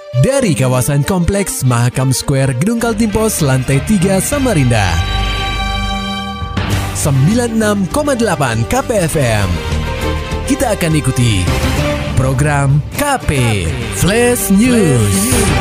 Dari kawasan Kompleks Mahakam Square Gedung Kaltim Pos Lantai 3 Samarinda. 96,8 KPFM. Kita akan ikuti program KP Flash News.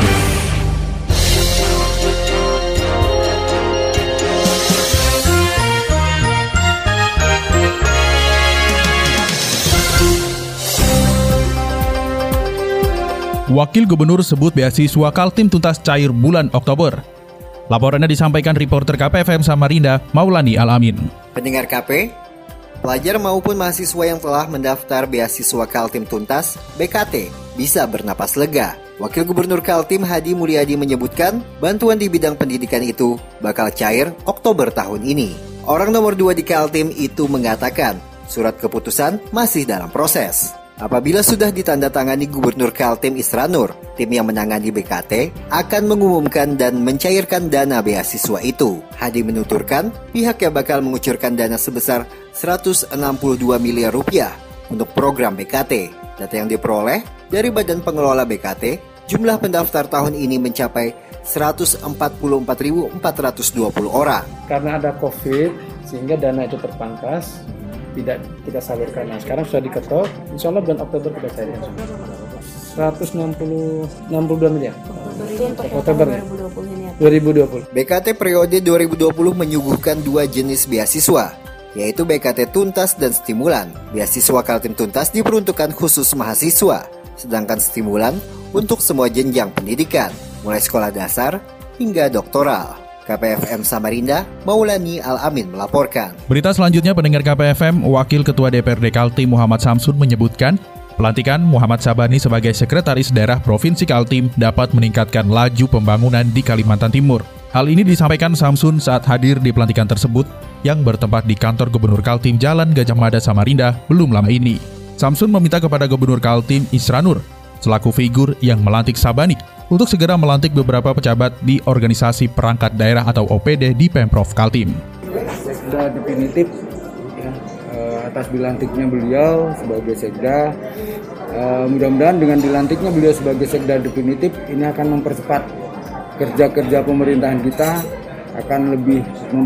Wakil Gubernur sebut beasiswa Kaltim tuntas cair bulan Oktober. Laporannya disampaikan reporter KPFM Samarinda, Maulani Al-Amin. Pendengar KP, pelajar maupun mahasiswa yang telah mendaftar beasiswa Kaltim tuntas, BKT, bisa bernapas lega. Wakil Gubernur Kaltim Hadi Mulyadi menyebutkan, bantuan di bidang pendidikan itu bakal cair Oktober tahun ini. Orang nomor 2 di Kaltim itu mengatakan, surat keputusan masih dalam proses. Apabila sudah ditandatangani Gubernur Kaltim Isra Nur, tim yang menangani BKT akan mengumumkan dan mencairkan dana beasiswa itu. Hadi menuturkan, pihaknya bakal mengucurkan dana sebesar 162 miliar rupiah untuk program BKT. Data yang diperoleh dari Badan Pengelola BKT, jumlah pendaftar tahun ini mencapai 144.420 orang. Karena ada COVID, sehingga dana itu terpangkas, tidak kita salurkan. Nah, sekarang sudah diketok, insya Allah bulan Oktober kita cairkan semua. 162 miliar. Oktober 2020. BKT periode 2020 menyuguhkan 2 jenis beasiswa, yaitu BKT Tuntas dan Stimulan. Beasiswa Kaltim Tuntas diperuntukkan khusus mahasiswa, sedangkan Stimulan untuk semua jenjang pendidikan, mulai sekolah dasar hingga doktoral. KPFM Samarinda, Maulani Al-Amin melaporkan. Berita selanjutnya, pendengar KPFM, Wakil Ketua DPRD Kaltim Muhammad Samsun menyebutkan, pelantikan Muhammad Sabani sebagai Sekretaris Daerah Provinsi Kaltim dapat meningkatkan laju pembangunan di Kalimantan Timur. Hal ini disampaikan Samsun saat hadir di pelantikan tersebut yang bertempat di kantor Gubernur Kaltim Jalan Gajah Mada Samarinda belum lama ini. Samsun meminta kepada Gubernur Kaltim Isra Nur selaku figur yang melantik Sabani untuk segera melantik beberapa pejabat di organisasi perangkat daerah atau OPD di Pemprov Kaltim. Sudah definitif ya, atas dilantiknya beliau sebagai sekda. Mudah-mudahan dengan dilantiknya beliau sebagai sekda definitif ini akan mempercepat kerja-kerja pemerintahan kita, akan lebih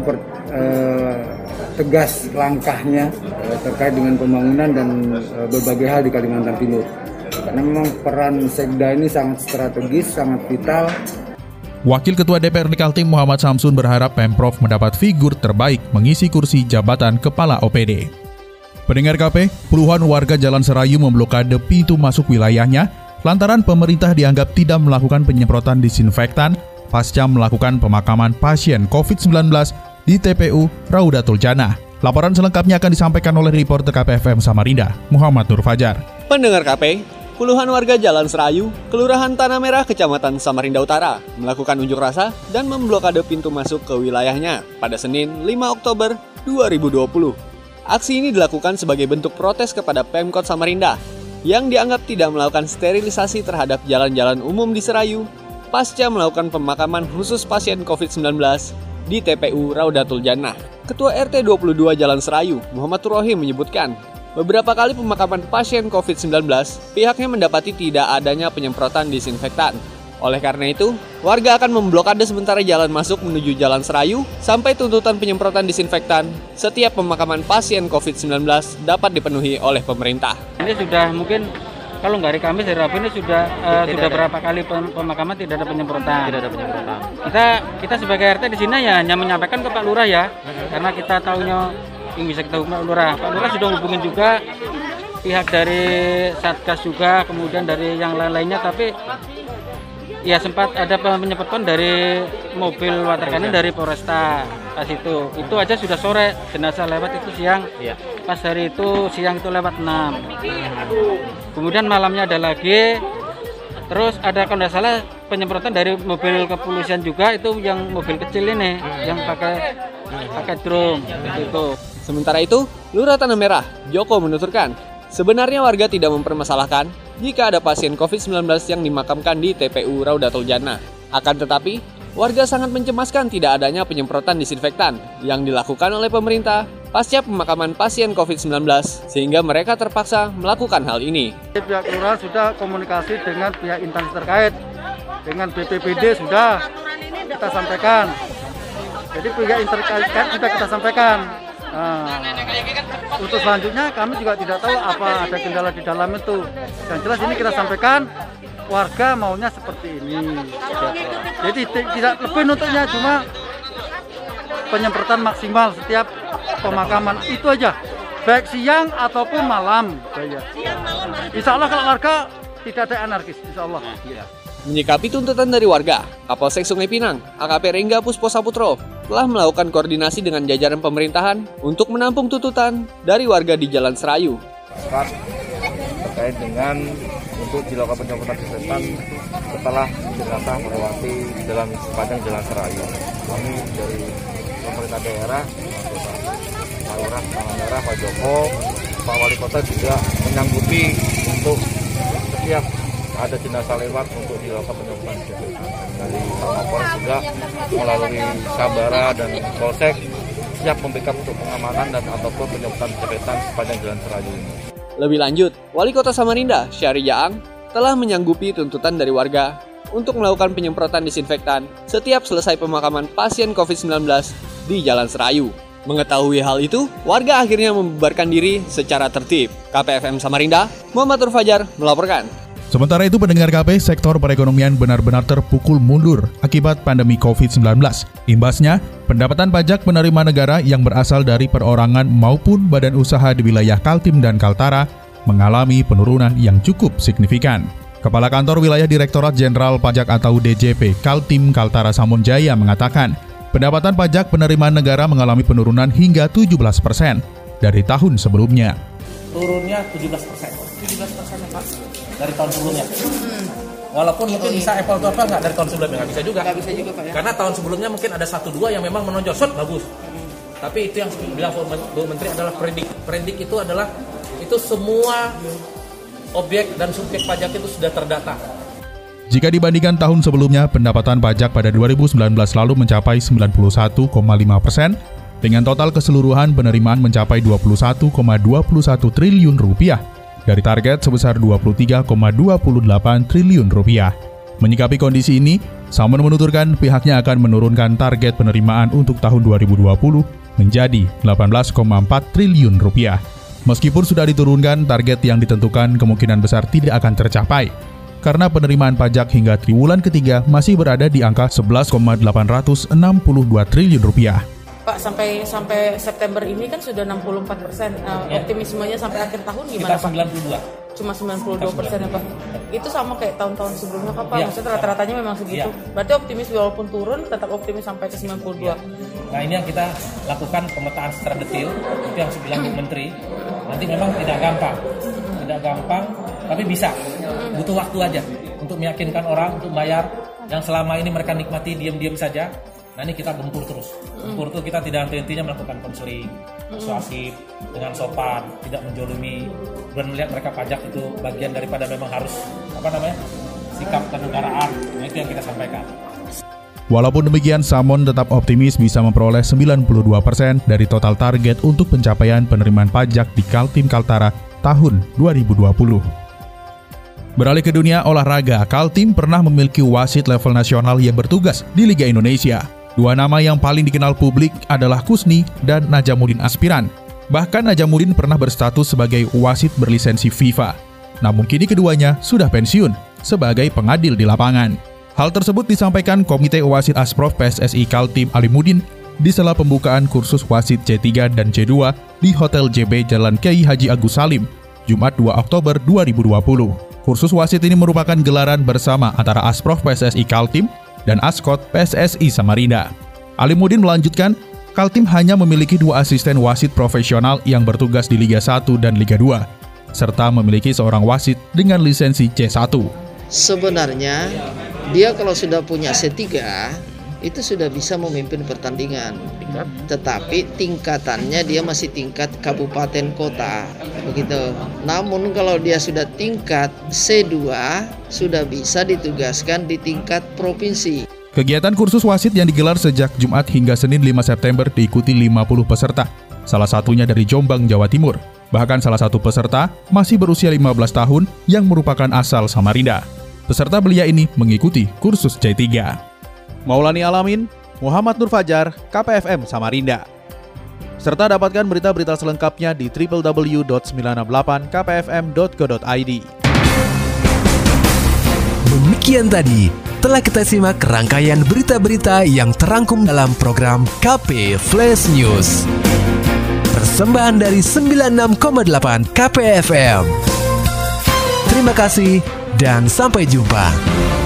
tegas langkahnya terkait dengan pembangunan dan berbagai hal di Kalimantan Timur. Karena memang peran sekda ini sangat strategis, sangat vital. Wakil Ketua DPRD Kaltim Muhammad Samsun berharap Pemprov mendapat figur terbaik mengisi kursi jabatan Kepala OPD. Pendengar KP, puluhan warga Jalan Serayu memblokade pintu masuk wilayahnya lantaran pemerintah dianggap tidak melakukan penyemprotan disinfektan pasca melakukan pemakaman pasien COVID-19 di TPU Raudatul Jannah. Laporan selengkapnya akan disampaikan oleh reporter KPFM Samarinda, Muhammad Nur Fajar. Pendengar KP, puluhan warga Jalan Serayu, Kelurahan Tanah Merah, Kecamatan Samarinda Utara, melakukan unjuk rasa dan memblokade pintu masuk ke wilayahnya pada Senin 5 Oktober 2020. Aksi ini dilakukan sebagai bentuk protes kepada Pemkot Samarinda yang dianggap tidak melakukan sterilisasi terhadap jalan-jalan umum di Serayu pasca melakukan pemakaman khusus pasien COVID-19 di TPU Raudatul Jannah. Ketua RT 22 Jalan Serayu, Muhammad Rohim menyebutkan, beberapa kali pemakaman pasien COVID-19, pihaknya mendapati tidak adanya penyemprotan disinfektan. Oleh karena itu, warga akan memblokade sementara jalan masuk menuju Jalan Serayu sampai tuntutan penyemprotan disinfektan setiap pemakaman pasien COVID-19 dapat dipenuhi oleh pemerintah. Ini sudah mungkin, kalau nggak hari Kamis, hari Rabu ini sudah berapa kali pemakaman tidak ada penyemprotan. Tidak ada penyemprotan. Kita sebagai RT di sini ya hanya menyampaikan ke Pak Lurah ya, karena kita tahunya yang bisa kita hubungi Pak Lurah. Pak Lurah sudah hubungin juga pihak dari Satgas juga, kemudian dari yang lain-lainnya, tapi ya sempat ada penyemprotan dari mobil watercannon dari Polresta pas itu aja sudah sore, jenazah lewat itu siang, pas hari itu siang itu lewat 6. Kemudian malamnya ada lagi, terus ada kalau tidak salah penyemprotan dari mobil kepolisian juga, itu yang mobil kecil ini yang pakai drum itu. Sementara itu, Lurah Tanah Merah, Joko menuturkan, sebenarnya warga tidak mempermasalahkan jika ada pasien COVID-19 yang dimakamkan di TPU Raudatul Jannah. Akan tetapi, warga sangat mencemaskan tidak adanya penyemprotan disinfektan yang dilakukan oleh pemerintah pasca pemakaman pasien COVID-19, sehingga mereka terpaksa melakukan hal ini. Pihak Lurah sudah komunikasi dengan pihak instansi terkait dengan BPPD sudah kita sampaikan. Jadi pihak terkait sudah kita sampaikan. Untuk selanjutnya kami juga tidak tahu apa ada kendala di dalam itu. Yang jelas ini kita sampaikan warga maunya seperti ini. Jadi tidak lebih nuntutnya, cuma penyemprotan maksimal setiap pemakaman itu aja, baik siang ataupun malam. Insya Allah kalau warga tidak ada anarkis, insya Allah. Menyikapi tuntutan dari warga, Kapolsek Sungai Pinang, AKP Rengga Pusposaputro, telah melakukan koordinasi dengan jajaran pemerintahan untuk menampung tuntutan dari warga di Jalan Serayu. Terkait dengan untuk dilakukan penyemprotan disinfektan setelah jenazah melewati jalan sepanjang Jalan Serayu. Kami dari pemerintah daerah, Pak Lurah, Pak Merah, Pak Joko, Pak Wali Kota juga menyanggupi untuk setiap ada jenazah lewat untuk dilakukan penyemprotan disinfektan. Dari Pak Mapolres juga melalui Sabara dan Polsek siap membackup untuk pengamanan dan ataupun penyemprotan disinfektan sepanjang Jalan Serayu ini. Lebih lanjut, Wali Kota Samarinda, Syahri Jaang, telah menyanggupi tuntutan dari warga untuk melakukan penyemprotan disinfektan setiap selesai pemakaman pasien COVID-19 di Jalan Serayu. Mengetahui hal itu, warga akhirnya membubarkan diri secara tertib. KPFM Samarinda, Muhammad Nur Fajar melaporkan. Sementara itu, pendengar KP, sektor perekonomian benar-benar terpukul mundur akibat pandemi COVID-19. Imbasnya, pendapatan pajak penerimaan negara yang berasal dari perorangan maupun badan usaha di wilayah Kaltim dan Kaltara mengalami penurunan yang cukup signifikan. Kepala Kantor Wilayah Direktorat Jenderal Pajak atau DJP Kaltim Kaltara Samonjaya mengatakan, pendapatan pajak penerimaan negara mengalami penurunan hingga 17% dari tahun sebelumnya. Turunnya 17%. 17% ya Pak, dari tahun sebelumnya. Walaupun mungkin bisa apple to apple nggak dari tahun sebelumnya, nggak bisa juga. Nggak bisa juga Pak ya. Karena tahun sebelumnya mungkin ada 1-2 yang memang menonjol, bagus. Tapi itu yang bilang Bu Menteri adalah predik itu adalah itu semua objek dan subjek pajak itu sudah terdata. Jika dibandingkan tahun sebelumnya, pendapatan pajak pada 2019 lalu mencapai 91,5%, dengan total keseluruhan penerimaan mencapai 21,21 triliun rupiah dari target sebesar 23,28 triliun rupiah. Menyikapi kondisi ini, Samon menuturkan pihaknya akan menurunkan target penerimaan untuk tahun 2020 menjadi 18,4 triliun rupiah. Meskipun sudah diturunkan, target yang ditentukan kemungkinan besar tidak akan tercapai, karena penerimaan pajak hingga triwulan ketiga masih berada di angka 11,862 triliun rupiah. Pak, sampai September ini kan sudah 64%. Optimismenya sampai akhir tahun gimana Pak? 92. Cuma 92% ya Pak. Itu sama kayak tahun-tahun sebelumnya kan Pak? Maksudnya rata-ratanya memang segitu. Berarti optimis walaupun turun tetap optimis sampai ke 92. Nah, ini yang kita lakukan pemetaan secara detail. Itu yang bilang Bu Menteri. Nanti memang tidak gampang, tapi bisa. Butuh waktu aja untuk meyakinkan orang untuk bayar yang selama ini mereka nikmati diam-diam saja. Nah, ini kita gempur terus. Gempur itu kita tidak henti-hentinya melakukan konseling, persuasif, dengan sopan, tidak menjolimi, dan melihat mereka pajak itu bagian daripada memang harus sikap kenegaraan. Nah, itu yang kita sampaikan. Walaupun demikian, Samon tetap optimis bisa memperoleh 92% dari total target untuk pencapaian penerimaan pajak di Kaltim Kaltara tahun 2020. Beralih ke dunia olahraga, Kaltim pernah memiliki wasit level nasional yang bertugas di Liga Indonesia. Dua nama yang paling dikenal publik adalah Kusni dan Najamuddin Aspiran. Bahkan Najamuddin pernah berstatus sebagai wasit berlisensi FIFA. Namun kini keduanya sudah pensiun sebagai pengadil di lapangan. Hal tersebut disampaikan Komite Wasit Asprof PSSI Kaltim Alimuddin di sela pembukaan kursus wasit C3 dan C2 di Hotel JB Jalan Kiai Haji Agus Salim, Jumat 2 Oktober 2020. Kursus wasit ini merupakan gelaran bersama antara Asprof PSSI Kaltim dan Askot PSSI Samarinda. Alimuddin melanjutkan, Kaltim hanya memiliki 2 asisten wasit profesional yang bertugas di Liga 1 dan Liga 2, serta memiliki seorang wasit dengan lisensi C1. Sebenarnya, dia kalau sudah punya C3, itu sudah bisa memimpin pertandingan. Tetapi tingkatannya dia masih tingkat kabupaten kota, begitu. Namun kalau dia sudah tingkat C2, sudah bisa ditugaskan di tingkat provinsi. Kegiatan kursus wasit yang digelar sejak Jumat hingga Senin 5 September diikuti 50 peserta, salah satunya dari Jombang, Jawa Timur. Bahkan salah satu peserta masih berusia 15 tahun yang merupakan asal Samarinda. Peserta belia ini mengikuti kursus C3. Maulani Alamin, Muhammad Nur Fajar, KPFM Samarinda. Serta dapatkan berita-berita selengkapnya di www.968kpfm.co.id. Demikian tadi telah kita simak rangkaian berita-berita yang terangkum dalam program KP Flash News. Persembahan dari 96,8 KPFM. Terima kasih dan sampai jumpa.